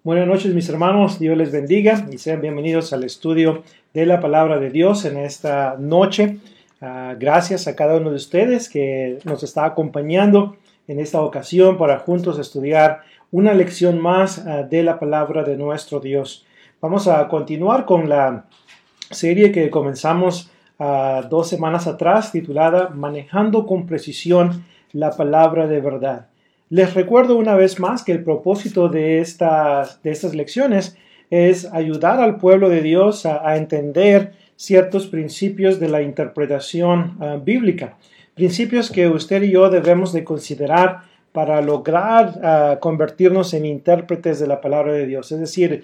Buenas noches, mis hermanos, Dios les bendiga y sean bienvenidos al estudio de la palabra de Dios en esta noche. Gracias a cada uno de ustedes que nos está acompañando en esta ocasión para juntos estudiar una lección más de la palabra de nuestro Dios. Vamos a continuar con la serie que comenzamos 2 semanas atrás, titulada Manejando con precisión la palabra de verdad. Les recuerdo una vez más que el propósito de estas lecciones es ayudar al pueblo de Dios a entender ciertos principios de la interpretación bíblica, principios que usted y yo debemos de considerar para lograr convertirnos en intérpretes de la palabra de Dios, es decir,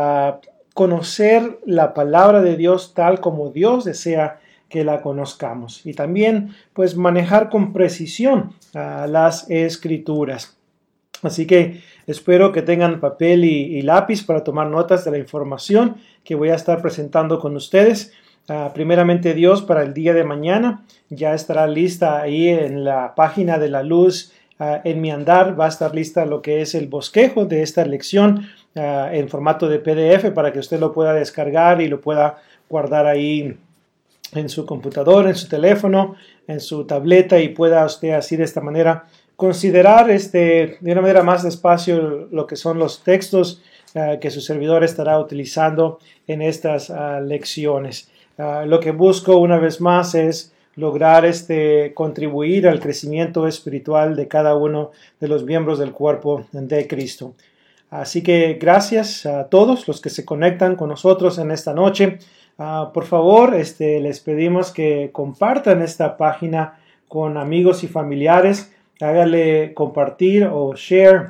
conocer la palabra de Dios tal como Dios desea que la conozcamos y también pues manejar con precisión las escrituras. Así que espero que tengan papel y lápiz para tomar notas de la información que voy a estar presentando con ustedes. Primeramente Dios, para el día de mañana ya estará lista ahí en la página de la luz. En mi andar va a estar lista lo que es el bosquejo de esta lección en formato de PDF para que usted lo pueda descargar y lo pueda guardar ahí en su computadora, en su teléfono, en su tableta y pueda usted así de esta manera considerar de una manera más despacio lo que son los textos que su servidor estará utilizando en estas lecciones. Lo que busco una vez más es lograr contribuir al crecimiento espiritual de cada uno de los miembros del cuerpo de Cristo. Así que gracias a todos los que se conectan con nosotros en esta noche. Por favor, les pedimos que compartan esta página con amigos y familiares. Hágale compartir o share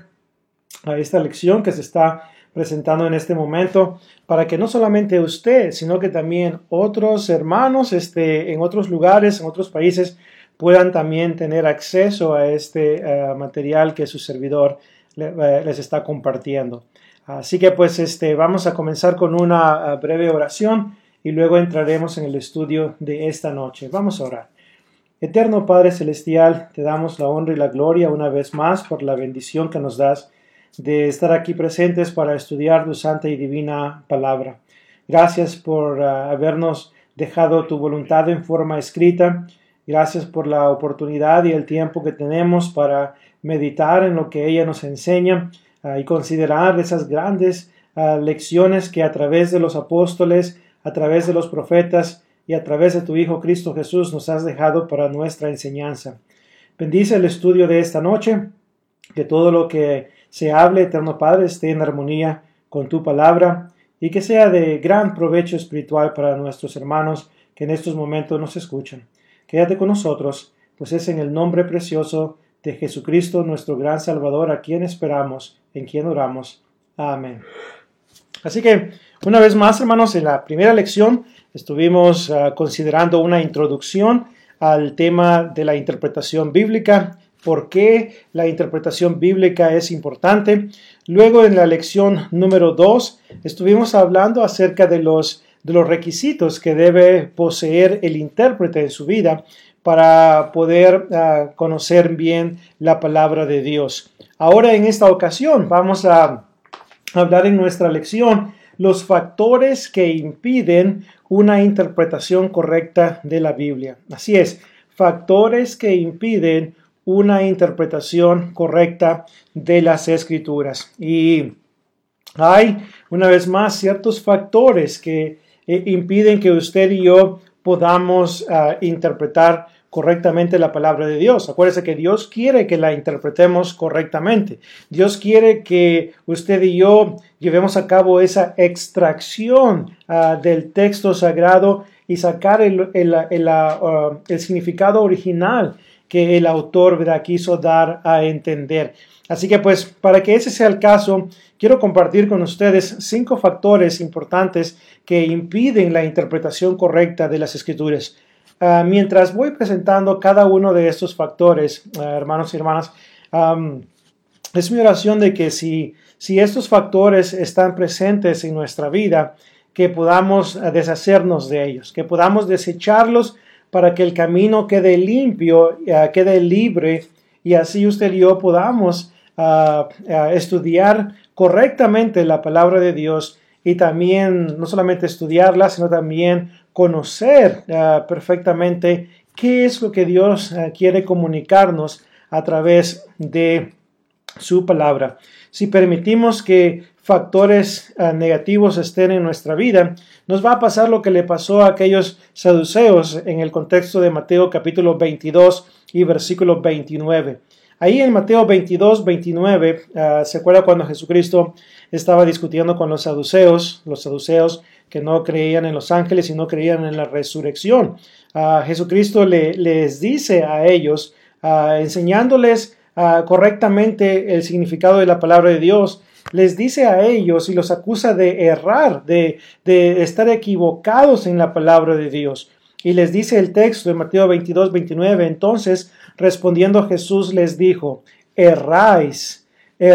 a esta lección que se está presentando en este momento para que no solamente usted, sino que también otros hermanos en otros lugares, en otros países, puedan también tener acceso a este material que su servidor les está compartiendo. Así que pues vamos a comenzar con una breve oración y luego entraremos en el estudio de esta noche. Vamos a orar. Eterno Padre Celestial, te damos la honra y la gloria una vez más por la bendición que nos das de estar aquí presentes para estudiar tu santa y divina palabra. Gracias por habernos dejado tu voluntad en forma escrita. Gracias por la oportunidad y el tiempo que tenemos para meditar en lo que ella nos enseña y considerar esas grandes lecciones que a través de los apóstoles, a través de los profetas y a través de tu Hijo Cristo Jesús nos has dejado para nuestra enseñanza. Bendice el estudio de esta noche, que todo lo que se hable, Eterno Padre, esté en armonía con tu palabra y que sea de gran provecho espiritual para nuestros hermanos que en estos momentos nos escuchan. Quédate con nosotros, pues es en el nombre precioso de Jesucristo, nuestro gran Salvador, a quien esperamos, en quien oramos. Amén. Así que, una vez más, hermanos, en la primera lección estuvimos considerando una introducción al tema de la interpretación bíblica, por qué la interpretación bíblica es importante. Luego, en la lección número 2, estuvimos hablando acerca de los requisitos que debe poseer el intérprete en su vida para poder conocer bien la palabra de Dios. Ahora, en esta ocasión, vamos a hablar en nuestra lección los factores que impiden una interpretación correcta de la Biblia. Así es, factores que impiden una interpretación correcta de las Escrituras. Y hay, una vez más, ciertos factores que impiden que usted y yo podamos interpretar correctamente la palabra de Dios. Acuérdese que Dios quiere que la interpretemos correctamente. Dios quiere que usted y yo llevemos a cabo esa extracción del texto sagrado y sacar el significado original que el autor quiso dar a entender. Así que pues para que ese sea el caso, quiero compartir con ustedes 5 factores importantes que impiden la interpretación correcta de las Escrituras. Mientras voy presentando cada uno de estos factores, hermanos y hermanas, es mi oración de que si estos factores están presentes en nuestra vida, que podamos deshacernos de ellos, que podamos desecharlos para que el camino quede limpio, quede libre y así usted y yo podamos estudiar correctamente la palabra de Dios y también no solamente estudiarla, sino también conocer perfectamente qué es lo que Dios quiere comunicarnos a través de su palabra. Si permitimos que factores negativos estén en nuestra vida, nos va a pasar lo que le pasó a aquellos saduceos en el contexto de Mateo capítulo 22 y versículo 29. Ahí en Mateo 22, 29, ¿se acuerda cuando Jesucristo estaba discutiendo con los saduceos que no creían en los ángeles y no creían en la resurrección? Jesucristo les dice a ellos, enseñándoles correctamente el significado de la palabra de Dios, les dice a ellos y los acusa de errar, de estar equivocados en la palabra de Dios. Y les dice el texto de Mateo 22, 29, entonces respondiendo Jesús les dijo, erráis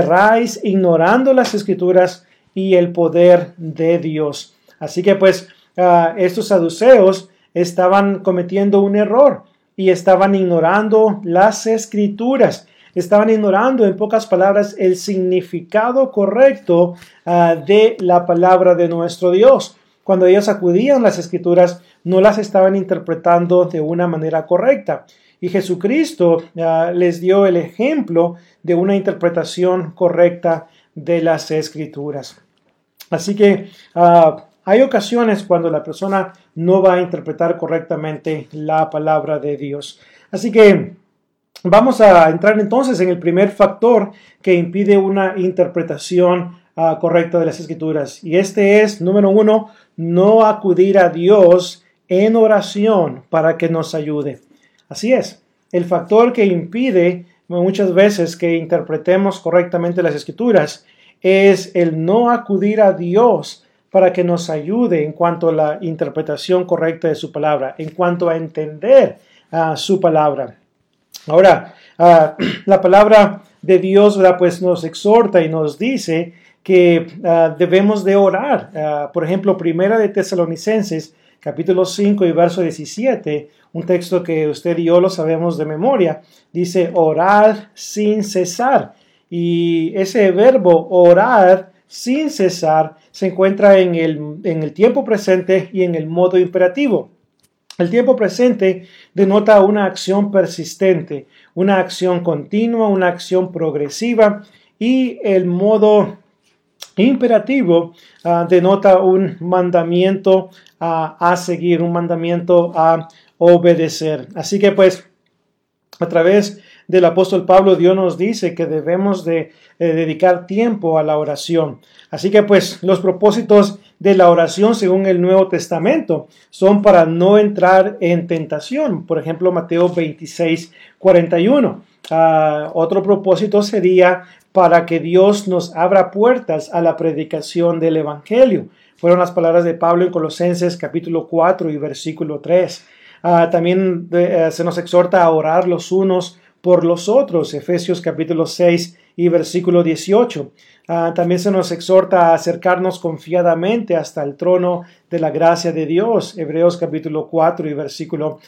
ignorando las Escrituras y el poder de Dios. Así que pues estos saduceos estaban cometiendo un error y estaban ignorando las Escrituras. Estaban ignorando, en pocas palabras, el significado correcto de la palabra de nuestro Dios. Cuando ellos acudían a las Escrituras, no las estaban interpretando de una manera correcta. Y Jesucristo les dio el ejemplo de una interpretación correcta de las Escrituras. Así que hay ocasiones cuando la persona no va a interpretar correctamente la palabra de Dios. Así que vamos a entrar entonces en el primer factor que impide una interpretación correcta de las Escrituras. Y este es, número 1, no acudir a Dios en oración para que nos ayude. Así es, el factor que impide muchas veces que interpretemos correctamente las Escrituras es el no acudir a Dios para que nos ayude en cuanto a la interpretación correcta de su palabra, en cuanto a entender su palabra. Ahora, la palabra de Dios, ¿verdad? Pues nos exhorta y nos dice que debemos de orar. Por ejemplo, Primera de Tesalonicenses, capítulo 5 y verso 17, un texto que usted y yo lo sabemos de memoria, dice orar sin cesar. Y ese verbo orar sin cesar se encuentra en el tiempo presente y en el modo imperativo. El tiempo presente denota una acción persistente, una acción continua, una acción progresiva, y el modo imperativo denota un mandamiento a seguir, un mandamiento a obedecer. Así que pues a través del apóstol Pablo, Dios nos dice que debemos de dedicar tiempo a la oración. Así que pues los propósitos de la oración según el Nuevo Testamento son para no entrar en tentación. Por ejemplo, Mateo 26, 41. Otro propósito sería para que Dios nos abra puertas a la predicación del Evangelio. Fueron las palabras de Pablo en Colosenses capítulo 4 y versículo 3. También se nos exhorta a orar los unos por los otros, Efesios capítulo 6 y versículo 18. También se nos exhorta a acercarnos confiadamente hasta el trono de la gracia de Dios, Hebreos capítulo 4 y versículo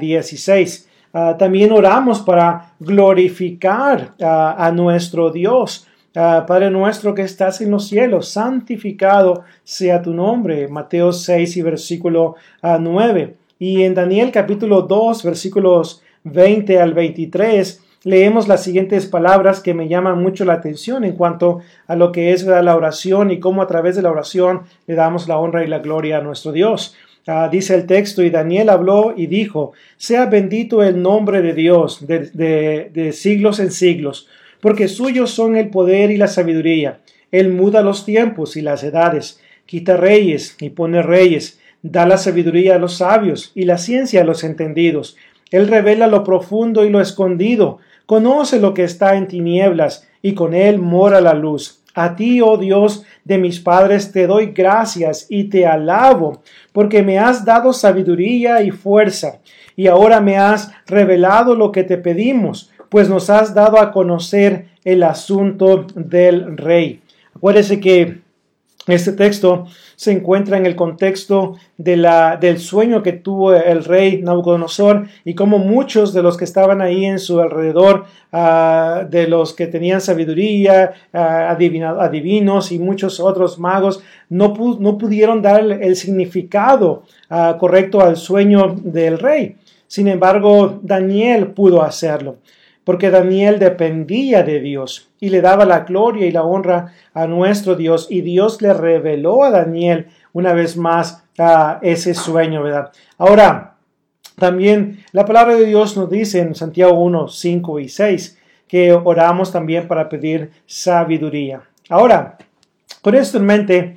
16. También oramos para glorificar a nuestro Dios. Padre nuestro que estás en los cielos, santificado sea tu nombre, Mateo 6 y versículo 9. Y en Daniel capítulo 2, versículos 20 al 23, leemos las siguientes palabras que me llaman mucho la atención en cuanto a lo que es la oración y cómo a través de la oración le damos la honra y la gloria a nuestro Dios. Dice el texto, y Daniel habló y dijo, sea bendito el nombre de Dios de siglos en siglos, porque suyos son el poder y la sabiduría. Él muda los tiempos y las edades, quita reyes y pone reyes, da la sabiduría a los sabios y la ciencia a los entendidos. Él revela lo profundo y lo escondido, conoce lo que está en tinieblas, y con él mora la luz. A ti, oh Dios de mis padres, te doy gracias y te alabo, porque me has dado sabiduría y fuerza, y ahora me has revelado lo que te pedimos, pues nos has dado a conocer el asunto del rey. Acuérdese que Este texto se encuentra en el contexto del sueño que tuvo el rey Nabucodonosor y cómo muchos de los que estaban ahí en su alrededor, de los que tenían sabiduría, adivinos y muchos otros magos, no pudieron dar el significado correcto al sueño del rey. Sin embargo, Daniel pudo hacerlo, porque Daniel dependía de Dios y le daba la gloria y la honra a nuestro Dios, y Dios le reveló a Daniel una vez más ese sueño, ¿verdad? Ahora, también la palabra de Dios nos dice en Santiago 1, 5 y 6 que oramos también para pedir sabiduría. Ahora, con esto en mente,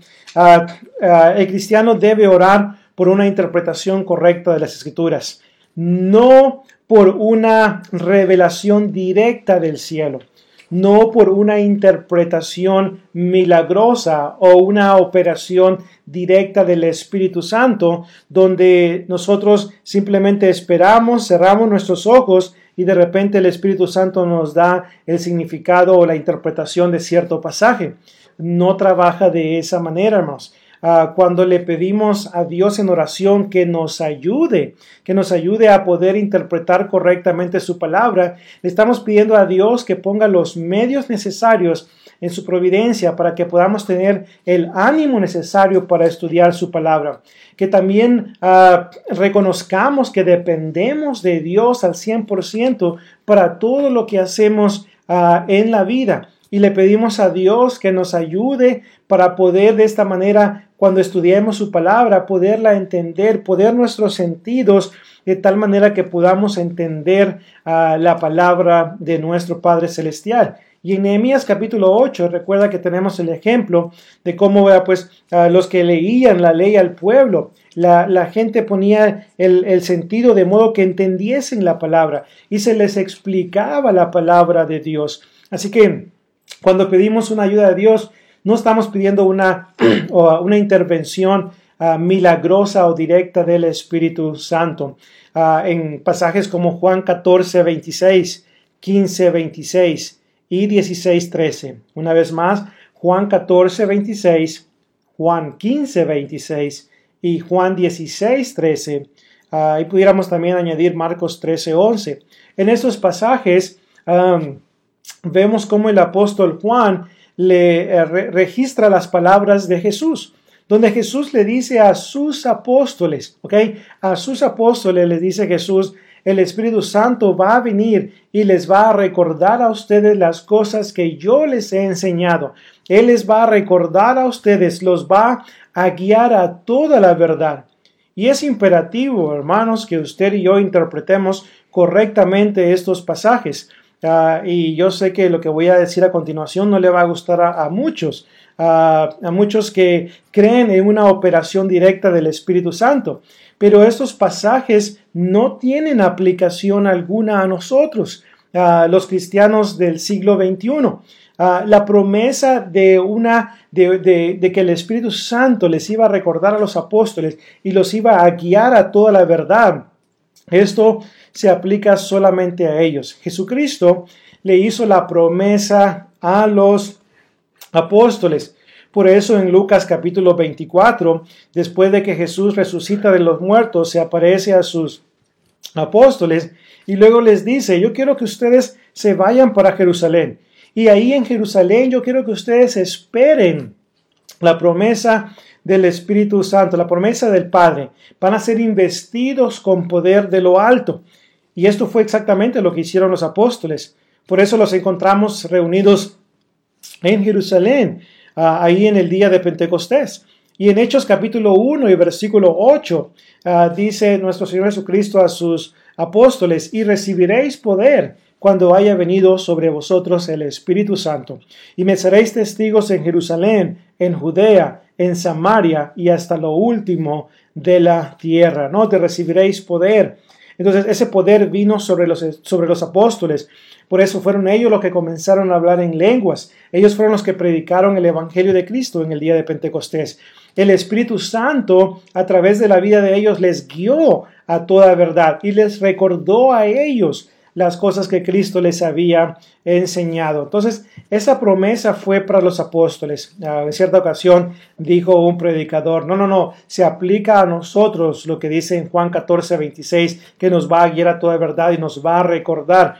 el cristiano debe orar por una interpretación correcta de las Escrituras, no por una revelación directa del cielo, no por una interpretación milagrosa o una operación directa del Espíritu Santo, donde nosotros simplemente esperamos, cerramos nuestros ojos y de repente el Espíritu Santo nos da el significado o la interpretación de cierto pasaje. No trabaja de esa manera, hermanos. Cuando le pedimos a Dios en oración que nos ayude a poder interpretar correctamente su palabra, le estamos pidiendo a Dios que ponga los medios necesarios en su providencia para que podamos tener el ánimo necesario para estudiar su palabra. Que también reconozcamos que dependemos de Dios al 100% para todo lo que hacemos en la vida. Y le pedimos a Dios que nos ayude para poder de esta manera, cuando estudiemos su palabra, poderla entender, poder nuestros sentidos de tal manera que podamos entender la palabra de nuestro Padre Celestial. Y en Nehemías capítulo 8, recuerda que tenemos el ejemplo de cómo los que leían la ley al pueblo, la gente ponía el sentido de modo que entendiesen la palabra y se les explicaba la palabra de Dios. Así que cuando pedimos una ayuda de Dios, no estamos pidiendo una intervención milagrosa o directa del Espíritu Santo. En pasajes como Juan 14, 26, 15, 26 y 16, 13. Una vez más, Juan 14, 26, Juan 15, 26 y Juan 16, 13. Y pudiéramos también añadir Marcos 13, 11. En estos pasajes vemos cómo el apóstol Juan le registra las palabras de Jesús, donde Jesús le dice a sus apóstoles, a sus apóstoles les dice Jesús, el Espíritu Santo va a venir y les va a recordar a ustedes las cosas que yo les he enseñado. Él les va a recordar a ustedes, los va a guiar a toda la verdad. Y es imperativo, hermanos, que usted y yo interpretemos correctamente estos pasajes. Y yo sé que lo que voy a decir a continuación no le va a gustar a muchos que creen en una operación directa del Espíritu Santo, pero estos pasajes no tienen aplicación alguna a nosotros, los cristianos del siglo XXI. La promesa de que el Espíritu Santo les iba a recordar a los apóstoles y los iba a guiar a toda la verdad, esto se aplica solamente a ellos. Jesucristo le hizo la promesa a los apóstoles. Por eso en Lucas capítulo 24, después de que Jesús resucita de los muertos, se aparece a sus apóstoles y luego les dice, yo quiero que ustedes se vayan para Jerusalén. Y ahí en Jerusalén yo quiero que ustedes esperen la promesa del Espíritu Santo, la promesa del Padre. Van a ser investidos con poder de lo alto. Y esto fue exactamente lo que hicieron los apóstoles. Por eso los encontramos reunidos en Jerusalén, ahí en el día de Pentecostés. Y en Hechos capítulo 1 y versículo 8 dice nuestro Señor Jesucristo a sus apóstoles, y recibiréis poder cuando haya venido sobre vosotros el Espíritu Santo. Y me seréis testigos en Jerusalén, en Judea, en Samaria y hasta lo último de la tierra. ¿No? Te recibiréis poder. Entonces ese poder vino sobre los apóstoles. Por eso fueron ellos los que comenzaron a hablar en lenguas. Ellos fueron los que predicaron el Evangelio de Cristo en el día de Pentecostés. El Espíritu Santo, a través de la vida de ellos, les guió a toda verdad y les recordó a ellos las cosas que Cristo les había enseñado. Entonces, esa promesa fue para los apóstoles. En cierta ocasión dijo un predicador, no, se aplica a nosotros lo que dice en Juan 14:26, que nos va a guiar a toda verdad y nos va a recordar.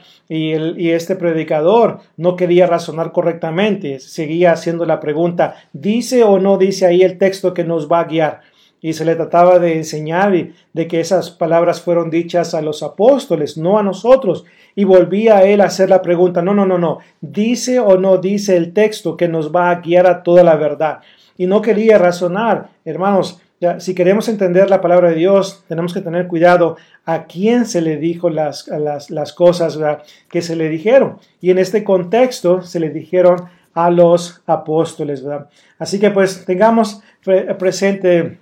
Y este predicador no quería razonar correctamente, seguía haciendo la pregunta, ¿dice o no dice ahí el texto que nos va a guiar? Y se le trataba de enseñar de que esas palabras fueron dichas a los apóstoles, no a nosotros. Y volvía a él a hacer la pregunta, no, ¿dice o no dice el texto que nos va a guiar a toda la verdad? Y no quería razonar. Hermanos, si queremos entender la palabra de Dios, tenemos que tener cuidado a quién se le dijo las cosas, ¿verdad?, que se le dijeron. Y en este contexto se le dijeron a los apóstoles, ¿verdad? Así que pues tengamos presente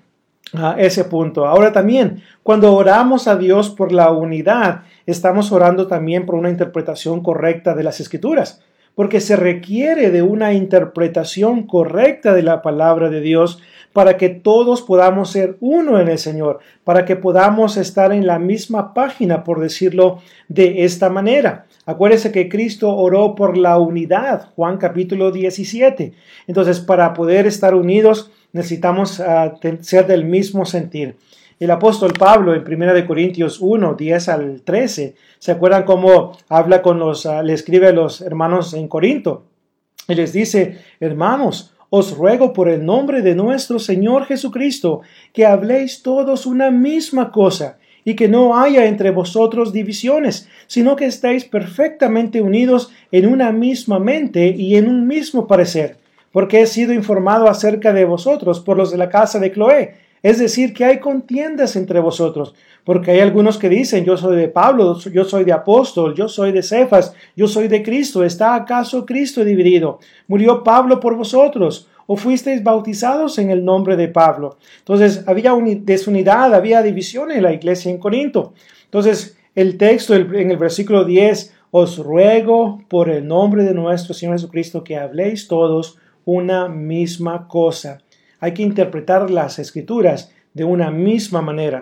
ese punto. Ahora también, cuando oramos a Dios por la unidad, estamos orando también por una interpretación correcta de las Escrituras, porque se requiere de una interpretación correcta de la palabra de Dios para que todos podamos ser uno en el Señor, para que podamos estar en la misma página, por decirlo de esta manera. Acuérdese que Cristo oró por la unidad, Juan capítulo 17. Entonces, para poder estar unidos, necesitamos ser del mismo sentir. El apóstol Pablo en 1 Corintios 1, 10 al 13, ¿se acuerdan cómo habla le escribe a los hermanos en Corinto? Y les dice, hermanos, os ruego por el nombre de nuestro Señor Jesucristo, que habléis todos una misma cosa, y que no haya entre vosotros divisiones, sino que estéis perfectamente unidos en una misma mente y en un mismo parecer. Porque he sido informado acerca de vosotros por los de la casa de Cloé, es decir, que hay contiendas entre vosotros, porque hay algunos que dicen, yo soy de Pablo, yo soy de apóstol, yo soy de Cefas, yo soy de Cristo. ¿Está acaso Cristo dividido? ¿Murió Pablo por vosotros? ¿O fuisteis bautizados en el nombre de Pablo? Entonces, había desunidad, había división en la iglesia en Corinto. Entonces, el texto en el versículo 10, os ruego por el nombre de nuestro Señor Jesucristo que habléis todos una misma cosa. Hay que interpretar las Escrituras de una misma manera,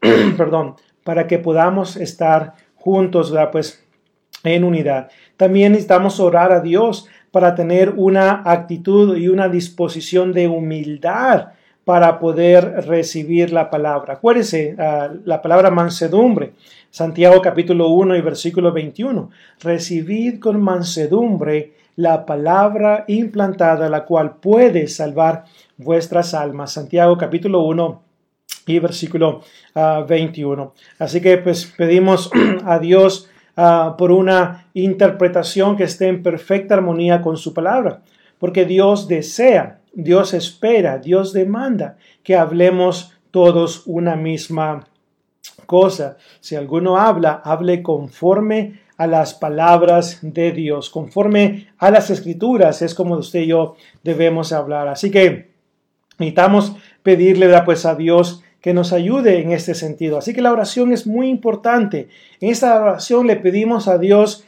para que podamos estar juntos, ¿verdad?, pues, en unidad. También necesitamos orar a Dios para tener una actitud y una disposición de humildad para poder recibir la palabra. Acuérdese, la palabra mansedumbre, Santiago capítulo 1 y versículo 21. Recibid con mansedumbre la palabra implantada, la cual puede salvar vuestras almas. Santiago capítulo 1 y versículo 21. Así que pues pedimos a Dios por una interpretación que esté en perfecta armonía con su palabra, porque Dios desea, Dios espera, Dios demanda que hablemos todos una misma cosa. Si alguno habla, hable conforme a las palabras de Dios, conforme a las Escrituras, es como usted y yo debemos hablar. Así que necesitamos pedirle pues a Dios que nos ayude en este sentido. Así que la oración es muy importante. En esta oración le pedimos a Dios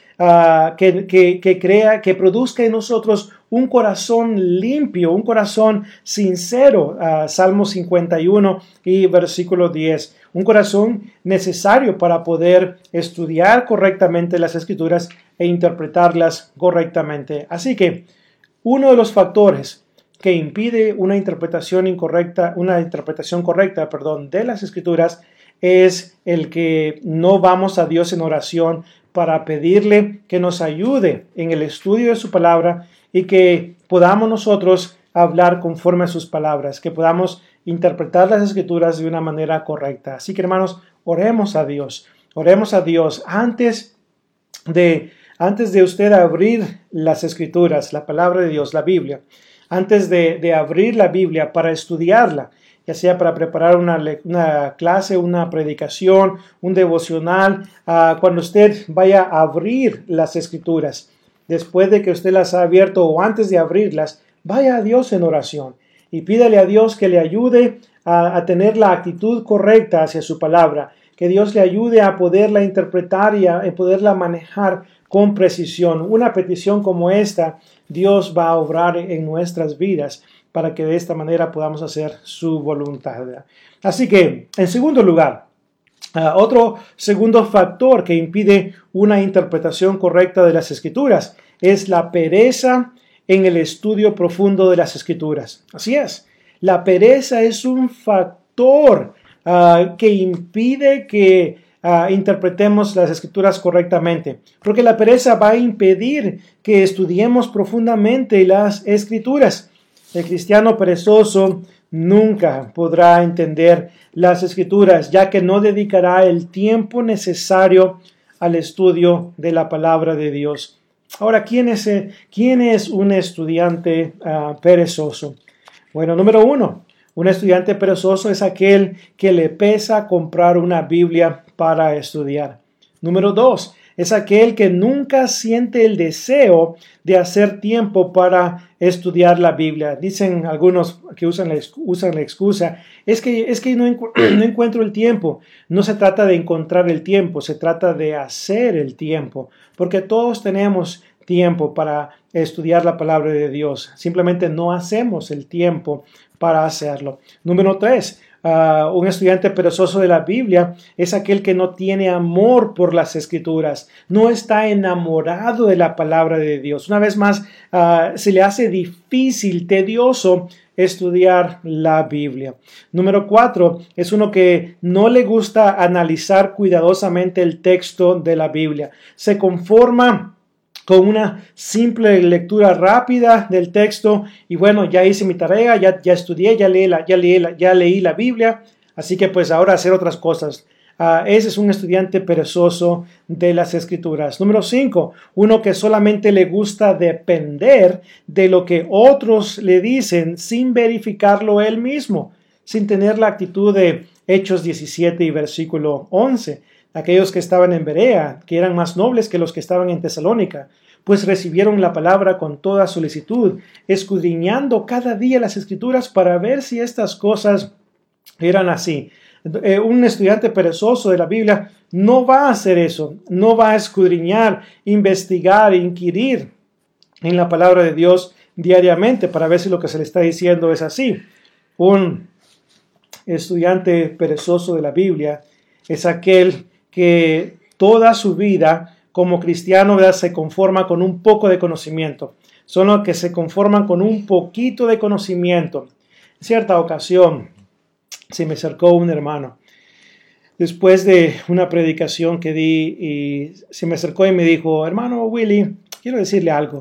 que produzca en nosotros un corazón limpio, un corazón sincero. Salmo 51 y versículo 10. Un corazón necesario para poder estudiar correctamente las Escrituras e interpretarlas correctamente. Así que uno de los factores que impide una interpretación correcta de las Escrituras es el que no vamos a Dios en oración para pedirle que nos ayude en el estudio de su palabra y que podamos nosotros hablar conforme a sus palabras, que podamos interpretar las Escrituras de una manera correcta. Así que, hermanos, oremos a Dios antes de usted abrir las Escrituras, la palabra de Dios, la Biblia. Antes de abrir la Biblia para estudiarla, ya sea para preparar una clase, una predicación, un devocional, cuando usted vaya a abrir las Escrituras, después de que usted las ha abierto o antes de abrirlas, vaya a Dios en oración y pídale a Dios que le ayude a tener la actitud correcta hacia su palabra, que Dios le ayude a poderla interpretar y a poderla manejar con precisión. Una petición como esta, Dios va a obrar en nuestras vidas para que de esta manera podamos hacer su voluntad. Así que, en segundo lugar, Otro segundo factor que impide una interpretación correcta de las Escrituras es la pereza en el estudio profundo de las Escrituras. Así es, la pereza es un factor que impide que interpretemos las Escrituras correctamente, porque la pereza va a impedir que estudiemos profundamente las Escrituras. El cristiano perezoso nunca podrá entender las Escrituras, ya que no dedicará el tiempo necesario al estudio de la palabra de Dios. Ahora, ¿quién es un estudiante perezoso? Bueno, número uno, un estudiante perezoso es aquel que le pesa comprar una Biblia para estudiar. Número dos, es aquel que nunca siente el deseo de hacer tiempo para estudiar la Biblia. Dicen algunos que usan la excusa, es que no encuentro el tiempo. No se trata de encontrar el tiempo, se trata de hacer el tiempo, porque todos tenemos tiempo para estudiar la palabra de Dios. Simplemente no hacemos el tiempo para hacerlo. Número tres, un estudiante perezoso de la Biblia es aquel que no tiene amor por las Escrituras, no está enamorado de la palabra de Dios. Una vez más, se le hace difícil, tedioso estudiar la Biblia. Número cuatro, es uno que no le gusta analizar cuidadosamente el texto de la Biblia. Se conforma con una simple lectura rápida del texto y bueno, ya hice mi tarea, ya estudié, ya leí la Biblia, así que pues ahora hacer otras cosas. Ese es un estudiante perezoso de las Escrituras. Número 5, uno que solamente le gusta depender de lo que otros le dicen sin verificarlo él mismo, sin tener la actitud de Hechos 17 y versículo 11. Aquellos que estaban en Berea, que eran más nobles que los que estaban en Tesalónica, pues recibieron la palabra con toda solicitud, escudriñando cada día las Escrituras para ver si estas cosas eran así. Un estudiante perezoso de la Biblia no va a hacer eso, no va a escudriñar, investigar, inquirir en la palabra de Dios diariamente para ver si lo que se le está diciendo es así. Un estudiante perezoso de la Biblia es aquel que toda su vida como cristiano, ¿verdad?, se conforma con un poco de conocimiento. Son los que se conforman con un poquito de conocimiento. En cierta ocasión se me acercó un hermano después de una predicación que di y se me acercó y me dijo: hermano Willy, quiero decirle algo.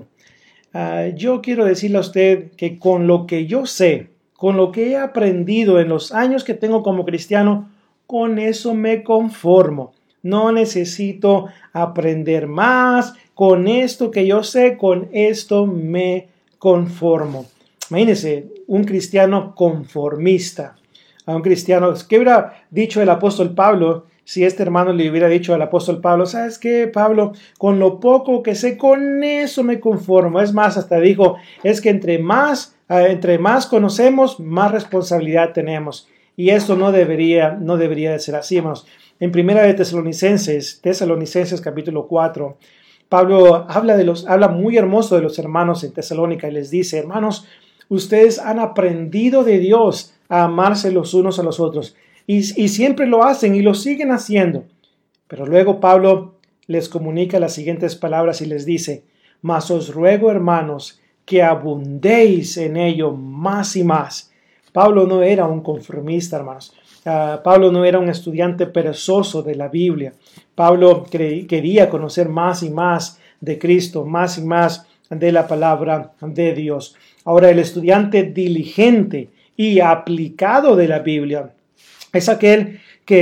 Yo quiero decirle a usted que con lo que yo sé, con lo que he aprendido en los años que tengo como cristiano, con eso me conformo. No necesito aprender más. Con esto que yo sé, con esto me conformo. Imagínense, un cristiano conformista. A un cristiano, ¿qué hubiera dicho el apóstol Pablo si este hermano le hubiera dicho al apóstol Pablo: ¿sabes qué, Pablo? Con lo poco que sé, con eso me conformo. Es más, hasta dijo, es que entre más conocemos, más responsabilidad tenemos. Y esto no debería de ser así, hermanos. En primera de Tesalonicenses capítulo 4, Pablo habla muy hermoso de los hermanos en Tesalónica y les dice: hermanos, ustedes han aprendido de Dios a amarse los unos a los otros y siempre lo hacen y lo siguen haciendo. Pero luego Pablo les comunica las siguientes palabras y les dice: mas os ruego, hermanos, que abundéis en ello más y más. Pablo no era un conformista, hermanos. Pablo no era un estudiante perezoso de la Biblia. Pablo quería conocer más y más de Cristo, más y más de la palabra de Dios. Ahora, el estudiante diligente y aplicado de la Biblia es aquel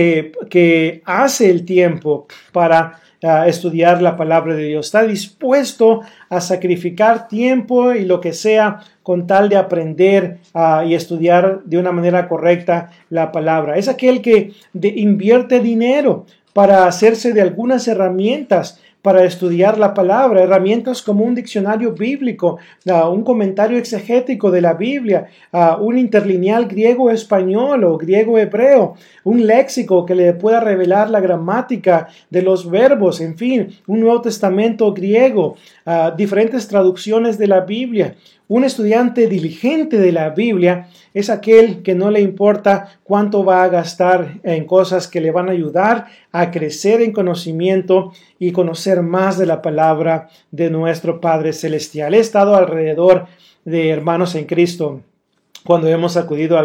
que hace el tiempo para estudiar la palabra de Dios. Está dispuesto a sacrificar tiempo y lo que sea con tal de aprender y estudiar de una manera correcta la palabra. Es aquel que invierte dinero para hacerse de algunas herramientas para estudiar la palabra, herramientas como un diccionario bíblico, un comentario exegético de la Biblia, un interlineal griego-español o griego-hebreo, un léxico que le pueda revelar la gramática de los verbos, en fin, un Nuevo Testamento griego, diferentes traducciones de la Biblia, Un estudiante diligente de la Biblia es aquel que no le importa cuánto va a gastar en cosas que le van a ayudar a crecer en conocimiento y conocer más de la palabra de nuestro Padre Celestial. He estado alrededor de hermanos en Cristo cuando hemos acudido a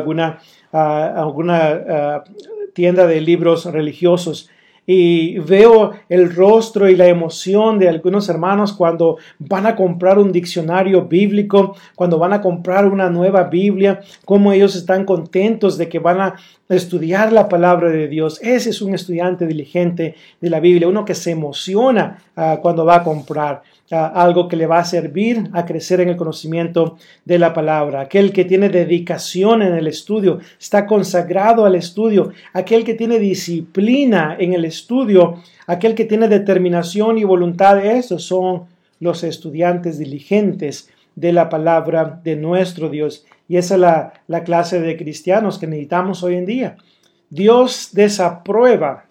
alguna tienda de libros religiosos, y veo el rostro y la emoción de algunos hermanos cuando van a comprar un diccionario bíblico, cuando van a comprar una nueva Biblia, cómo ellos están contentos de que van a estudiar la palabra de Dios. Ese es un estudiante diligente de la Biblia, uno que se emociona cuando va a comprar algo que le va a servir a crecer en el conocimiento de la palabra. Aquel que tiene dedicación en el estudio, está consagrado al estudio. Aquel que tiene disciplina en el estudio, aquel que tiene determinación y voluntad. Estos son los estudiantes diligentes de la palabra de nuestro Dios. Y esa es la clase de cristianos que necesitamos hoy en día. Dios desaprueba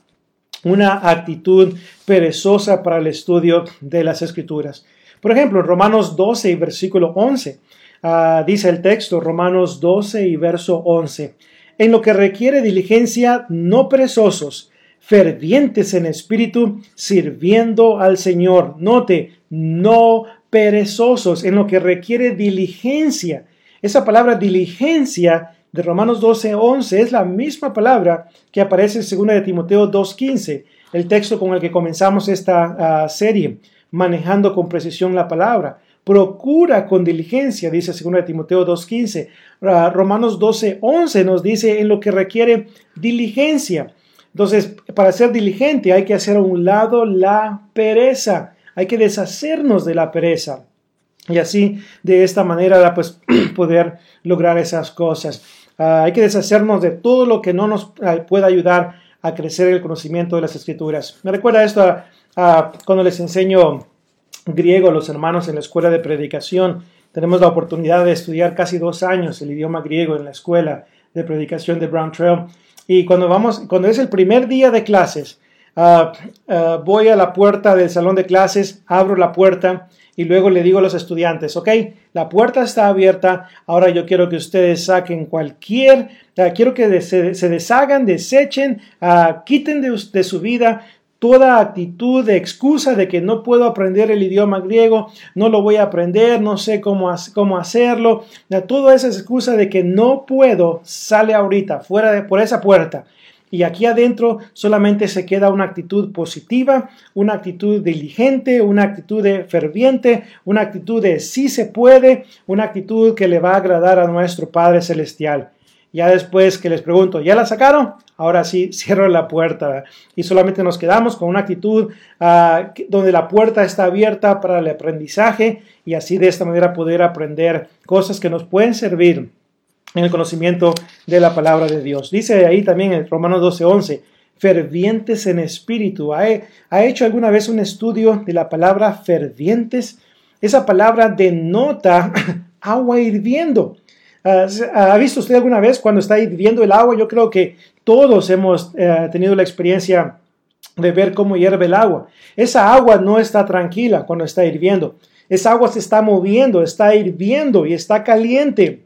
una actitud perezosa para el estudio de las Escrituras. Por ejemplo, en Romanos 12 y versículo 11, dice el texto, Romanos 12 y verso 11, en lo que requiere diligencia, no perezosos, fervientes en espíritu, sirviendo al Señor. Note, no perezosos, en lo que requiere diligencia. Esa palabra diligencia de Romanos 12:11 es la misma palabra que aparece en 2 de Timoteo 2:15, el texto con el que comenzamos esta serie, manejando con precisión la palabra. Procura con diligencia, dice 2 de Timoteo 2:15. Romanos 12:11 nos dice en lo que requiere diligencia. Entonces, para ser diligente hay que hacer a un lado la pereza, hay que deshacernos de la pereza. Y así, de esta manera, pues, poder lograr esas cosas. Hay que deshacernos de todo lo que no nos pueda ayudar a crecer el conocimiento de las Escrituras. Me recuerda esto cuando les enseño griego a los hermanos en la escuela de predicación. Tenemos la oportunidad de estudiar casi 2 años el idioma griego en la escuela de predicación de Brown Trail. Y cuando es el primer día de clases, voy a la puerta del salón de clases, abro la puerta y luego le digo a los estudiantes, ok, la puerta está abierta, ahora yo quiero que ustedes saquen quiero que se deshagan, desechen, quiten de su vida toda actitud de excusa de que no puedo aprender el idioma griego, no lo voy a aprender, no sé cómo hacerlo. Toda esa excusa de que no puedo sale ahorita, por esa puerta. Y aquí adentro solamente se queda una actitud positiva, una actitud diligente, una actitud ferviente, una actitud de sí se puede, una actitud que le va a agradar a nuestro Padre Celestial. Ya después que les pregunto, ¿ya la sacaron? Ahora sí, cierro la puerta y solamente nos quedamos con una actitud donde la puerta está abierta para el aprendizaje y así de esta manera poder aprender cosas que nos pueden servir en el conocimiento de la palabra de Dios. Dice ahí también en Romanos 12:11, fervientes en espíritu. ¿Ha hecho alguna vez un estudio de la palabra fervientes? Esa palabra denota agua hirviendo. ¿Ha visto usted alguna vez cuando está hirviendo el agua? Yo creo que todos hemos tenido la experiencia de ver cómo hierve el agua. Esa agua no está tranquila cuando está hirviendo. Esa agua se está moviendo, está hirviendo y está caliente.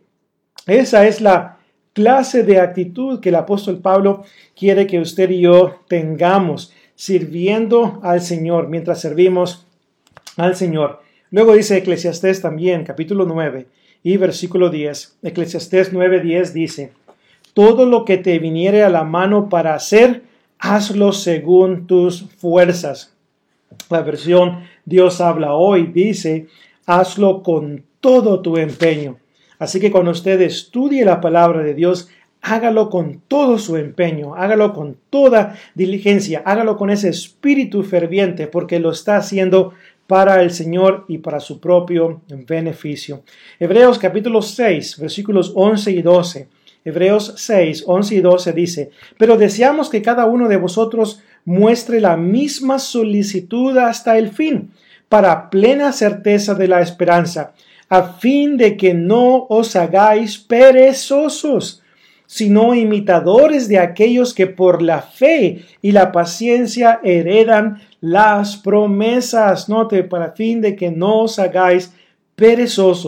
Esa es la clase de actitud que el apóstol Pablo quiere que usted y yo tengamos, sirviendo al Señor, mientras servimos al Señor. Luego dice Eclesiastés también, capítulo 9 y versículo 10. Eclesiastés 9:10 dice, todo lo que te viniere a la mano para hacer, hazlo según tus fuerzas. La versión Dios habla hoy dice, hazlo con todo tu empeño. Así que cuando usted estudie la palabra de Dios, hágalo con todo su empeño, hágalo con toda diligencia, hágalo con ese espíritu ferviente, porque lo está haciendo para el Señor y para su propio beneficio. Hebreos capítulo 6, versículos 11 y 12. Hebreos 6, 11 y 12 dice, pero deseamos que cada uno de vosotros muestre la misma solicitud hasta el fin, para plena certeza de la esperanza, a fin de que no os hagáis perezosos, sino imitadores de aquellos que por la fe y la paciencia heredan las promesas. Note, para fin de que no os hagáis perezosos.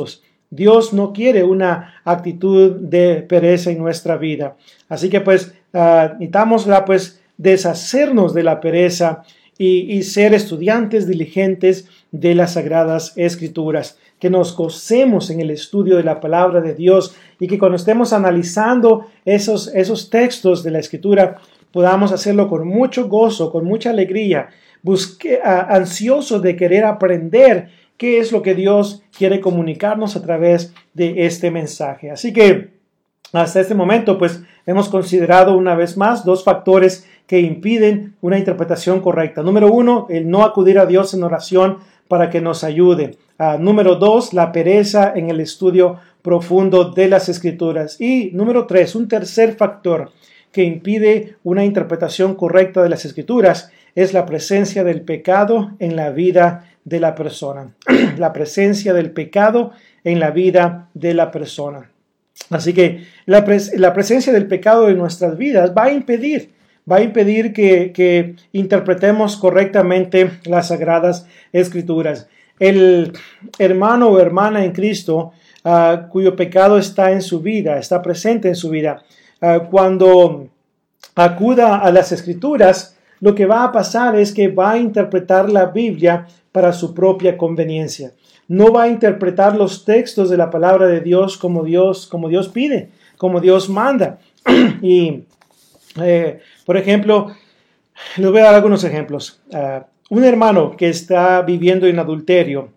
Dios no quiere una actitud de pereza en nuestra vida. Así que pues necesitamos pues deshacernos de la pereza y ser estudiantes diligentes de las Sagradas Escrituras, que nos gocemos en el estudio de la palabra de Dios y que cuando estemos analizando esos textos de la Escritura podamos hacerlo con mucho gozo, con mucha alegría, ansioso de querer aprender qué es lo que Dios quiere comunicarnos a través de este mensaje. Así que hasta este momento pues hemos considerado una vez más dos factores que impiden una interpretación correcta. Número 1, el no acudir a Dios en oración para que nos ayude. Número 2, la pereza en el estudio profundo de las Escrituras. Y número 3, un tercer factor que impide una interpretación correcta de las Escrituras es la presencia del pecado en la vida de la persona. La presencia del pecado en la vida de la persona. Así que la presencia del pecado en nuestras vidas va a impedir que interpretemos correctamente las Sagradas Escrituras. El hermano o hermana en Cristo cuyo pecado está en su vida, está presente en su vida, cuando acuda a las Escrituras, lo que va a pasar es que va a interpretar la Biblia para su propia conveniencia. No va a interpretar los textos de la palabra de Dios como Dios pide, como Dios manda. Y por ejemplo, les voy a dar algunos ejemplos. Un hermano que está viviendo en adulterio,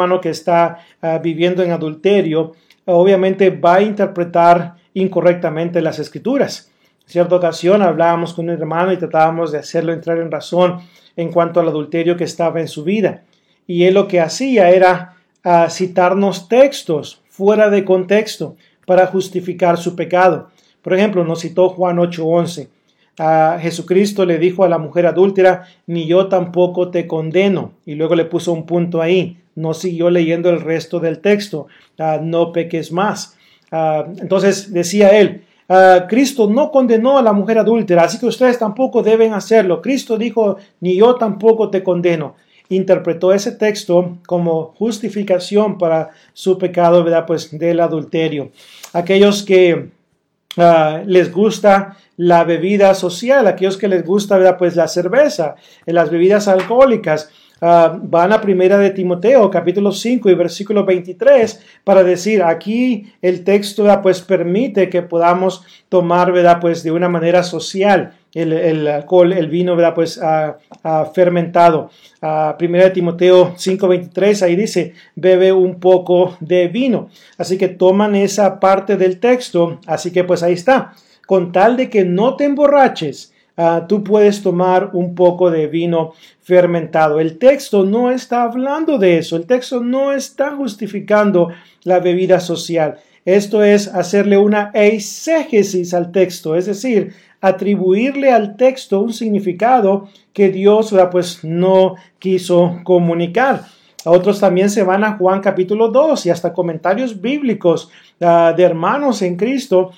obviamente va a interpretar incorrectamente las Escrituras. En cierta ocasión hablábamos con un hermano y tratábamos de hacerlo entrar en razón en cuanto al adulterio que estaba en su vida. Y él lo que hacía era citarnos textos fuera de contexto para justificar su pecado. Por ejemplo, nos citó Juan 8:11. Jesucristo le dijo a la mujer adúltera, ni yo tampoco te condeno. Y luego le puso un punto ahí. No siguió leyendo el resto del texto. No peques más. Entonces decía él, Cristo no condenó a la mujer adúltera, así que ustedes tampoco deben hacerlo. Cristo dijo, ni yo tampoco te condeno. Interpretó ese texto como justificación para su pecado, ¿verdad? Pues del adulterio. Aquellos que les gusta la bebida social, aquellos que les gusta, ¿verdad? Pues la cerveza, las bebidas alcohólicas, van a Primera de Timoteo, capítulo 5 y versículo 23, para decir, aquí el texto, ¿verdad? Pues permite que podamos tomar, ¿verdad? Pues de una manera social el alcohol, el vino, ¿verdad? Pues fermentado. Primera de Timoteo 5:23, ahí dice, bebe un poco de vino. Así que toman esa parte del texto, así que pues ahí está. Con tal de que no te emborraches, tú puedes tomar un poco de vino fermentado. El texto no está hablando de eso. El texto no está justificando la bebida social. Esto es hacerle una eisegesis al texto, es decir, atribuirle al texto un significado que Dios pues no quiso comunicar. Otros también se van a Juan capítulo 2 y hasta comentarios bíblicos de hermanos en Cristo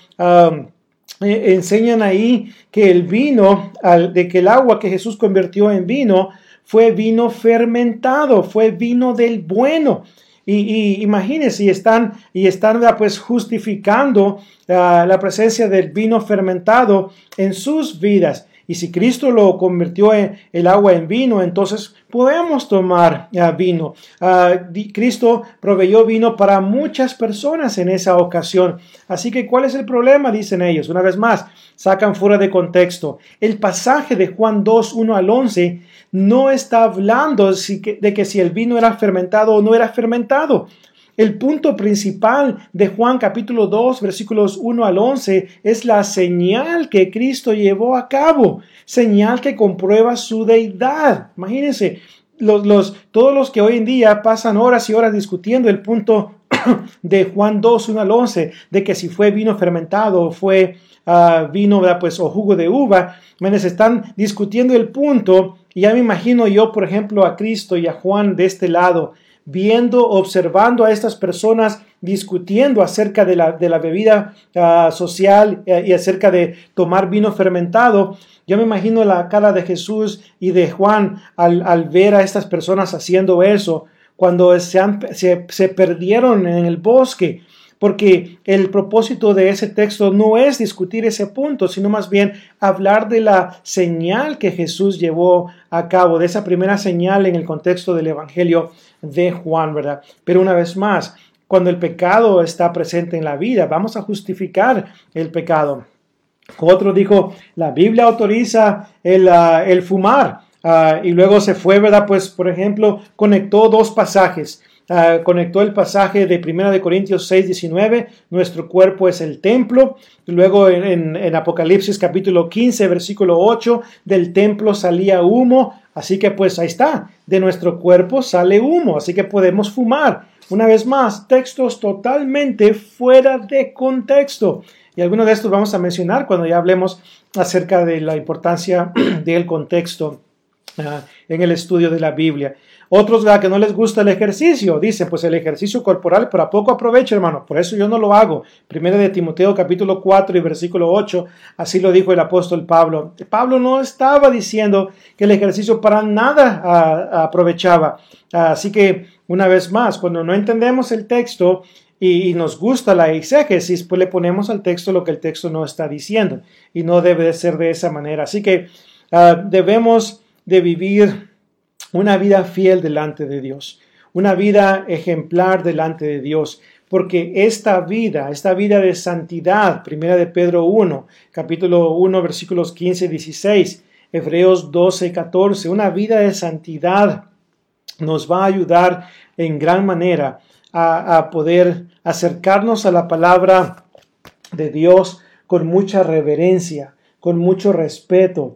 enseñan ahí que el vino, de que el agua que Jesús convirtió en vino fue vino fermentado, fue vino del bueno. Y imagínense, y están pues justificando la presencia del vino fermentado en sus vidas. Y si Cristo lo convirtió el agua en vino, entonces podemos tomar vino. Cristo proveyó vino para muchas personas en esa ocasión. Así que, ¿cuál es el problema? Dicen ellos. Una vez más, sacan fuera de contexto. El pasaje de Juan 2, 1 al 11 no está hablando de que si el vino era fermentado o no era fermentado. El punto principal de Juan capítulo 2, versículos 1 al 11 es la señal que Cristo llevó a cabo, señal que comprueba su deidad. Imagínense, todos los que hoy en día pasan horas y horas discutiendo el punto de Juan 2, 1 al 11, de que si fue vino fermentado o fue vino, pues, o jugo de uva, están discutiendo el punto, y ya me imagino yo, por ejemplo, a Cristo y a Juan de este lado, observando a estas personas discutiendo acerca de la bebida social y acerca de tomar vino fermentado. Yo me imagino la cara de Jesús y de Juan al ver a estas personas haciendo eso, cuando se perdieron en el bosque, porque el propósito de ese texto no es discutir ese punto, sino más bien hablar de la señal que Jesús llevó a cabo, de esa primera señal en el contexto del Evangelio de Juan, ¿verdad? Pero una vez más, cuando el pecado está presente en la vida, vamos a justificar el pecado. Otro dijo, la Biblia autoriza el fumar, y luego se fue, ¿verdad? Pues, por ejemplo, conectó dos pasajes. Conectó el pasaje de 1 Corintios 6:19, nuestro cuerpo es el templo. Y luego en Apocalipsis capítulo 15, versículo 8, del templo salía humo. Así que pues ahí está, de nuestro cuerpo sale humo, así que podemos fumar. Una vez más, textos totalmente fuera de contexto. Y algunos de estos vamos a mencionar cuando ya hablemos acerca de la importancia del contexto en el estudio de la Biblia. Otros que no les gusta el ejercicio, dicen, pues el ejercicio corporal para poco aprovecha, hermano, por eso yo no lo hago. 1 de Timoteo capítulo 4 y versículo 8, así lo dijo el apóstol Pablo. Pablo no estaba diciendo que el ejercicio para nada aprovechaba. Así que, una vez más, cuando no entendemos el texto y nos gusta la exégesis, pues le ponemos al texto lo que el texto no está diciendo, y no debe de ser de esa manera. Así que debemos de vivir una vida fiel delante de Dios, una vida ejemplar delante de Dios, porque esta vida de santidad, 1 de Pedro 1, capítulo 1, versículos 15 y 16, Hebreos 12, 14, una vida de santidad nos va a ayudar en gran manera a poder acercarnos a la palabra de Dios con mucha reverencia, con mucho respeto,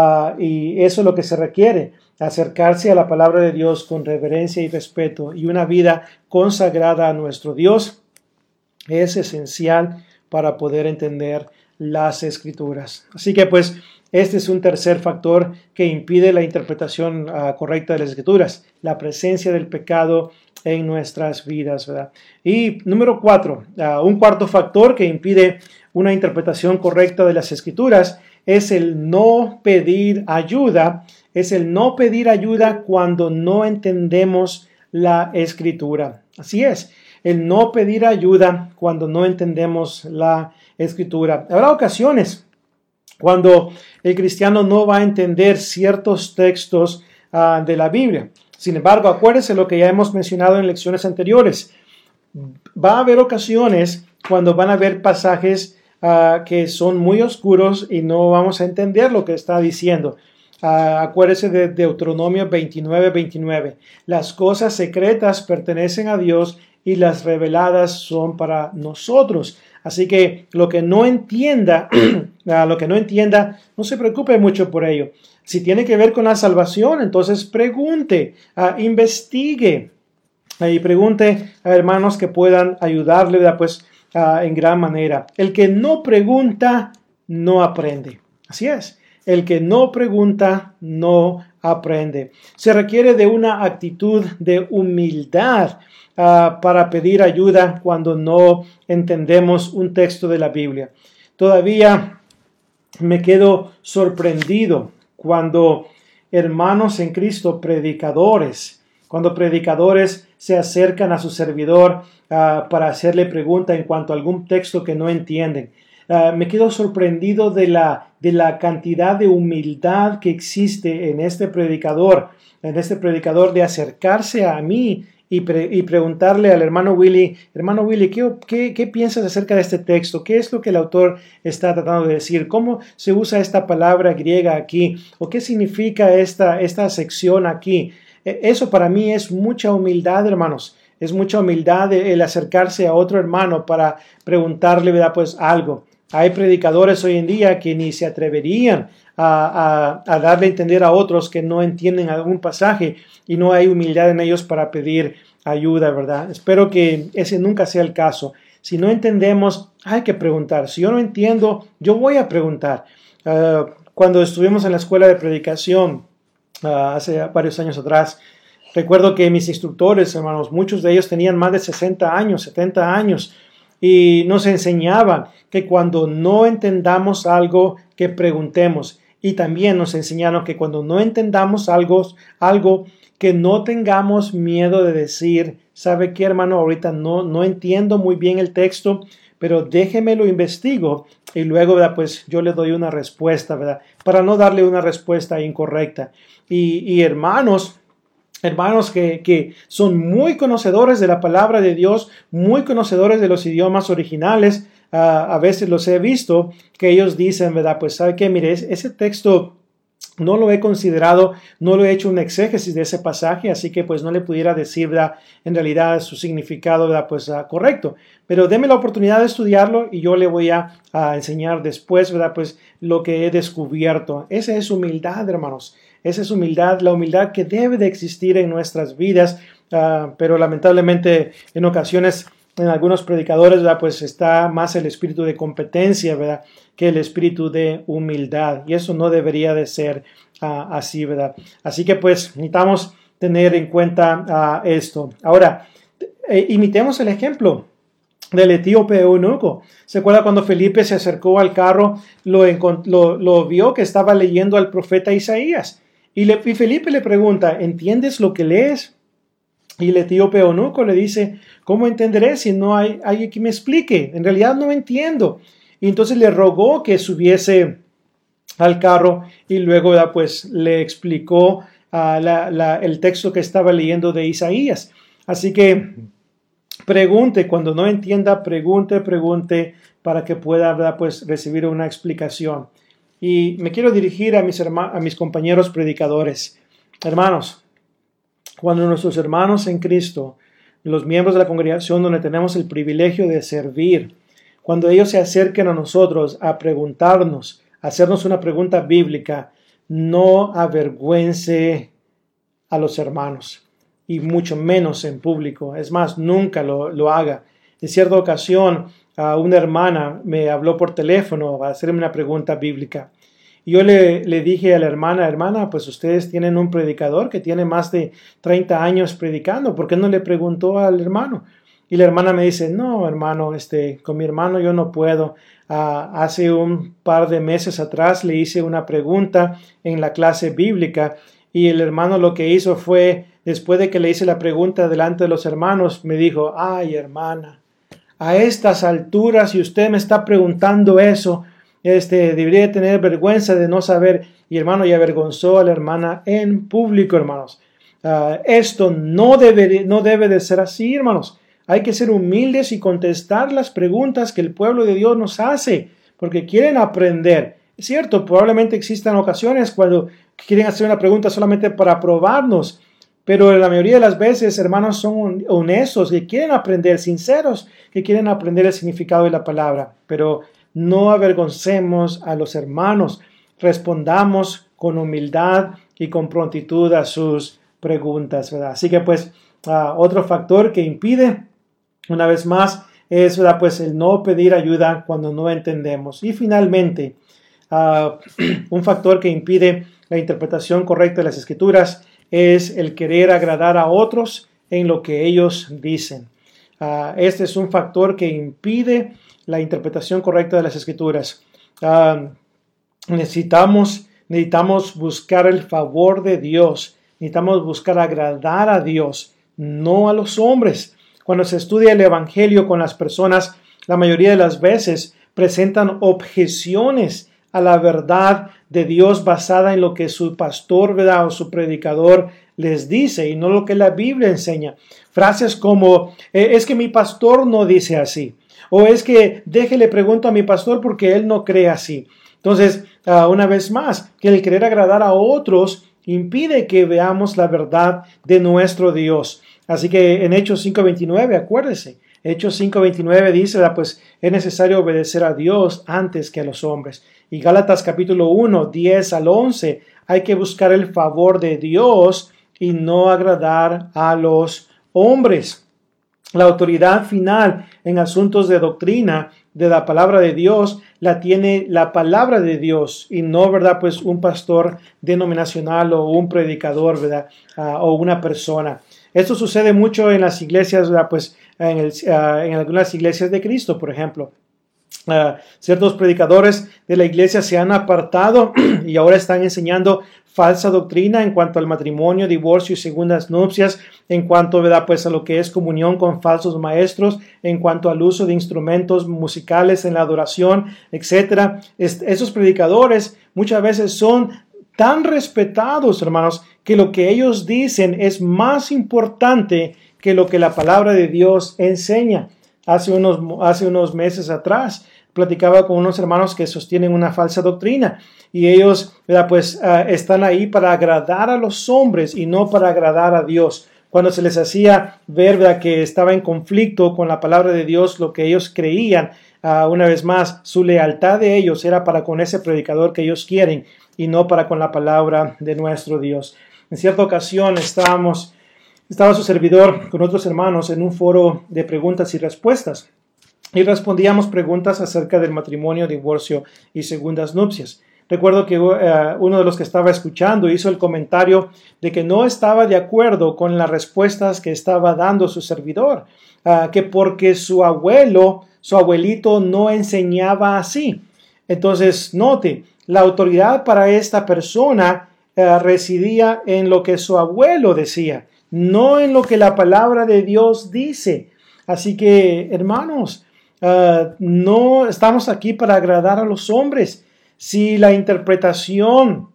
y eso es lo que se requiere. Acercarse a la palabra de Dios con reverencia y respeto y una vida consagrada a nuestro Dios es esencial para poder entender las Escrituras. Así que pues este es un tercer factor que impide la interpretación correcta de las Escrituras, la presencia del pecado en nuestras vidas, ¿verdad? Y número 4, un cuarto factor que impide una interpretación correcta de las Escrituras es el no pedir ayuda. Es el no pedir ayuda cuando no entendemos la Escritura. Así es, el no pedir ayuda cuando no entendemos la Escritura. Habrá ocasiones cuando el cristiano no va a entender ciertos textos de la Biblia. Sin embargo, acuérdense lo que ya hemos mencionado en lecciones anteriores. Va a haber ocasiones cuando van a haber pasajes que son muy oscuros y no vamos a entender lo que está diciendo. Acuérdese de Deuteronomio 29:29. Las cosas secretas pertenecen a Dios y las reveladas son para nosotros. Así que lo que no entienda, no se preocupe mucho por ello. Si tiene que ver con la salvación, entonces pregunte, investigue y pregunte a hermanos que puedan ayudarle, pues, en gran manera. El que no pregunta, no aprende. Así es. El que no pregunta, no aprende. Se requiere de una actitud de humildad para pedir ayuda cuando no entendemos un texto de la Biblia. Todavía me quedo sorprendido cuando hermanos en Cristo, cuando predicadores se acercan a su servidor para hacerle pregunta en cuanto a algún texto que no entienden. Me quedo sorprendido de la cantidad de humildad que existe en este predicador de acercarse a mí y preguntarle al hermano Willy, ¿qué piensas acerca de este texto? ¿Qué es lo que el autor está tratando de decir? ¿Cómo se usa esta palabra griega aquí? ¿O qué significa esta sección aquí? Eso para mí es mucha humildad, hermanos. Es mucha humildad el acercarse a otro hermano para preguntarle, ¿verdad? Pues algo. Hay predicadores hoy en día que ni se atreverían a darle a entender a otros que no entienden algún pasaje y no hay humildad en ellos para pedir ayuda, ¿verdad? Espero que ese nunca sea el caso. Si no entendemos, hay que preguntar. Si yo no entiendo, yo voy a preguntar. Cuando estuvimos en la escuela de predicación hace varios años atrás, recuerdo que mis instructores, hermanos, muchos de ellos tenían más de 60 años, 70 años, y nos enseñaban que cuando no entendamos algo, que preguntemos. Y también nos enseñaron que cuando no entendamos algo que no tengamos miedo de decir, ¿sabe qué, hermano? Ahorita no entiendo muy bien el texto, pero déjeme lo investigo y luego, ¿verdad? Pues yo le doy una respuesta, ¿verdad? Para no darle una respuesta incorrecta. Y hermanos que son muy conocedores de la palabra de Dios, muy conocedores de los idiomas originales, a veces los he visto que ellos dicen, ¿verdad? Pues, ¿sabe qué? Mire, ese texto no lo he considerado, no lo he hecho un exégesis de ese pasaje, así que pues no le pudiera decir, ¿verdad? En realidad su significado, ¿verdad? Pues correcto. Pero deme la oportunidad de estudiarlo y yo le voy a enseñar después, ¿verdad? Pues lo que he descubierto. Esa es humildad, hermanos. Esa es humildad, la humildad que debe de existir en nuestras vidas, pero lamentablemente en ocasiones en algunos predicadores, ¿verdad? Pues está más el espíritu de competencia, ¿verdad? Que el espíritu de humildad. Y eso no debería de ser así, ¿verdad? Así que pues necesitamos tener en cuenta esto. Ahora, imitemos el ejemplo del etíope eunuco. ¿Se acuerda cuando Felipe se acercó al carro, lo vio que estaba leyendo al profeta Isaías? Y Felipe le pregunta, ¿entiendes lo que lees? Y el etíope eunuco le dice, ¿cómo entenderé si no hay alguien que me explique? En realidad no entiendo. Y entonces le rogó que subiese al carro y luego pues le explicó el texto que estaba leyendo de Isaías. Así que pregunte, cuando no entienda, pregunte para que pueda, ¿verdad? Pues recibir una explicación. Y me quiero dirigir a mis compañeros predicadores. Hermanos, cuando nuestros hermanos en Cristo, los miembros de la congregación donde tenemos el privilegio de servir, cuando ellos se acerquen a nosotros a preguntarnos, a hacernos una pregunta bíblica, no avergüence a los hermanos y mucho menos en público. Es más, nunca lo haga. En cierta ocasión, una hermana me habló por teléfono para hacerme una pregunta bíblica. Y yo le dije a la hermana, pues ustedes tienen un predicador que tiene más de 30 años predicando. ¿Por qué no le preguntó al hermano? Y la hermana me dice, no, hermano, con mi hermano yo no puedo. Hace un par de meses atrás le hice una pregunta en la clase bíblica y el hermano lo que hizo fue, después de que le hice la pregunta delante de los hermanos, me dijo, ay, hermana, a estas alturas, si usted me está preguntando eso, debería tener vergüenza de no saber. Y hermano, y avergonzó a la hermana en público, hermanos. Esto no debe de ser así, hermanos. Hay que ser humildes y contestar las preguntas que el pueblo de Dios nos hace, porque quieren aprender. Es cierto, probablemente existan ocasiones cuando quieren hacer una pregunta solamente para probarnos, pero la mayoría de las veces, hermanos, son honestos, que quieren aprender, sinceros, que quieren aprender el significado de la palabra. Pero no avergoncemos a los hermanos, respondamos con humildad y con prontitud a sus preguntas, ¿verdad? Así que pues otro factor que impide, una vez más, es, ¿verdad? Pues el no pedir ayuda cuando no entendemos. Y finalmente, un factor que impide la interpretación correcta de las Escrituras es el querer agradar a otros en lo que ellos dicen. Este es un factor que impide la interpretación correcta de las Escrituras. Necesitamos buscar el favor de Dios. Necesitamos buscar agradar a Dios, no a los hombres. Cuando se estudia el Evangelio con las personas, la mayoría de las veces presentan objeciones a la verdad de Dios basada en lo que su pastor, ¿verdad? O su predicador les dice y no lo que la Biblia enseña. Frases como, es que mi pastor no dice así. O es que déjele pregunto a mi pastor porque él no cree así. Entonces, una vez más, que el querer agradar a otros impide que veamos la verdad de nuestro Dios. Así que en Hechos 5:29, acuérdese, Hechos 5:29 dice, pues es necesario obedecer a Dios antes que a los hombres. Y Gálatas capítulo 1, 10 al 11, hay que buscar el favor de Dios y no agradar a los hombres. La autoridad final en asuntos de doctrina de la palabra de Dios la tiene la palabra de Dios y no, ¿verdad? Pues un pastor denominacional o un predicador, ¿verdad? O una persona. Esto sucede mucho en las iglesias, ¿verdad? Pues en algunas iglesias de Cristo, por ejemplo. Ciertos predicadores de la iglesia se han apartado y ahora están enseñando falsa doctrina en cuanto al matrimonio, divorcio y segundas nupcias, en cuanto, ¿verdad?, pues a lo que es comunión con falsos maestros, en cuanto al uso de instrumentos musicales en la adoración, etc. Esos predicadores muchas veces son tan respetados, hermanos, que lo que ellos dicen es más importante que lo que la palabra de Dios enseña. Hace unos meses atrás platicaba con unos hermanos que sostienen una falsa doctrina y ellos, ¿verdad?, pues están ahí para agradar a los hombres y no para agradar a Dios. Cuando se les hacía ver, ¿verdad?, que estaba en conflicto con la palabra de Dios, lo que ellos creían, una vez más, su lealtad de ellos era para con ese predicador que ellos quieren y no para con la palabra de nuestro Dios. En cierta ocasión estaba su servidor con otros hermanos en un foro de preguntas y respuestas y respondíamos preguntas acerca del matrimonio, divorcio y segundas nupcias. Recuerdo que uno de los que estaba escuchando hizo el comentario de que no estaba de acuerdo con las respuestas que estaba dando su servidor, que porque su abuelito no enseñaba así. Entonces, note, la autoridad para esta persona residía en lo que su abuelo decía, no en lo que la palabra de Dios dice. Así que, hermanos, no estamos aquí para agradar a los hombres. Si la interpretación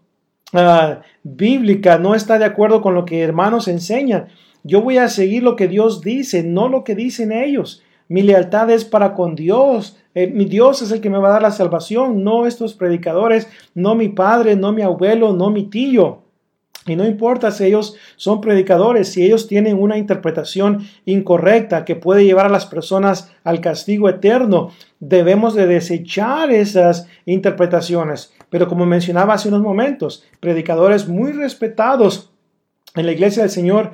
bíblica no está de acuerdo con lo que hermanos enseñan, yo voy a seguir lo que Dios dice, no lo que dicen ellos. Mi lealtad es para con Dios. Mi Dios es el que me va a dar la salvación, no estos predicadores, no mi padre, no mi abuelo, no mi tío. Y no importa si ellos son predicadores, si ellos tienen una interpretación incorrecta que puede llevar a las personas al castigo eterno, debemos de desechar esas interpretaciones. Pero como mencionaba hace unos momentos, predicadores muy respetados en la iglesia del Señor,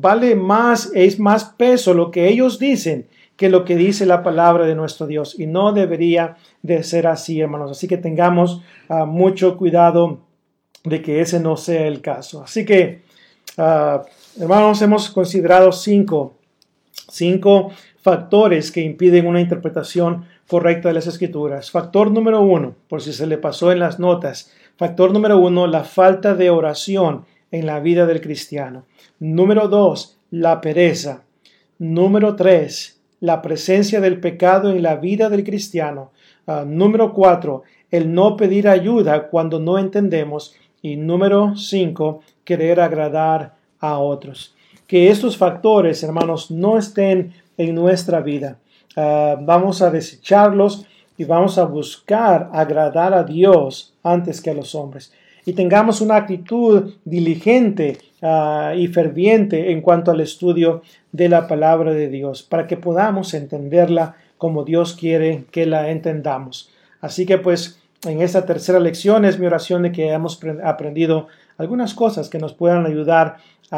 es más peso lo que ellos dicen que lo que dice la palabra de nuestro Dios. Y no debería de ser así, hermanos. Así que tengamos mucho cuidado de que ese no sea el caso. Así que, hermanos, hemos considerado cinco factores que impiden una interpretación correcta de las Escrituras. Factor número 1, por si se le pasó en las notas. Factor número 1, la falta de oración en la vida del cristiano. Número 2, la pereza. Número 3, la presencia del pecado en la vida del cristiano. Número 4, el no pedir ayuda cuando no entendemos. Y número 5, querer agradar a otros. Que estos factores, hermanos, no estén en nuestra vida. Vamos a desecharlos y vamos a buscar agradar a Dios antes que a los hombres. Y tengamos una actitud diligente y ferviente en cuanto al estudio de la palabra de Dios, para que podamos entenderla como Dios quiere que la entendamos. Así que pues, en esta tercera lección es mi oración de que hayamos aprendido algunas cosas que nos puedan ayudar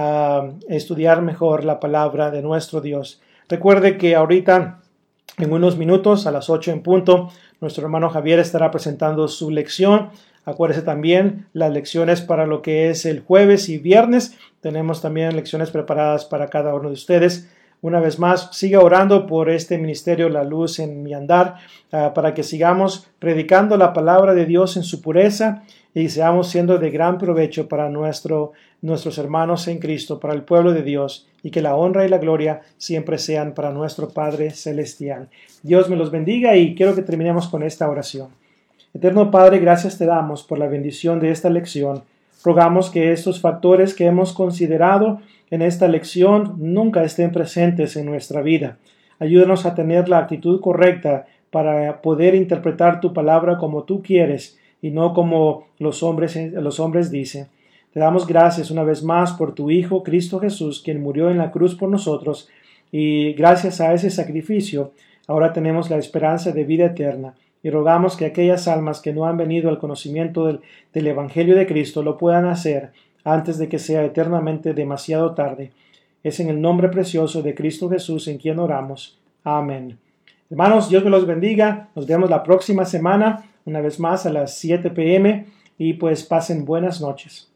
a estudiar mejor la palabra de nuestro Dios. Recuerde que ahorita, en unos minutos, a las 8 en punto, nuestro hermano Javier estará presentando su lección. Acuérdese también las lecciones para lo que es el jueves y viernes. Tenemos también lecciones preparadas para cada uno de ustedes. Una vez más, siga orando por este ministerio La Luz en mi andar, para que sigamos predicando la palabra de Dios en su pureza y seamos siendo de gran provecho para nuestros hermanos en Cristo, para el pueblo de Dios, y que la honra y la gloria siempre sean para nuestro Padre Celestial. Dios me los bendiga y quiero que terminemos con esta oración. Eterno Padre, gracias te damos por la bendición de esta lección. Rogamos que estos factores que hemos considerado en esta lección nunca estén presentes en nuestra vida. Ayúdanos a tener la actitud correcta para poder interpretar tu palabra como tú quieres y no como los hombres dicen. Te damos gracias una vez más por tu Hijo, Cristo Jesús, quien murió en la cruz por nosotros, y gracias a ese sacrificio ahora tenemos la esperanza de vida eterna. Y rogamos que aquellas almas que no han venido al conocimiento del Evangelio de Cristo lo puedan hacer antes de que sea eternamente demasiado tarde. Es en el nombre precioso de Cristo Jesús en quien oramos. Amén. Hermanos, Dios me los bendiga. Nos vemos la próxima semana, una vez más a las 7 p.m. y pues pasen buenas noches.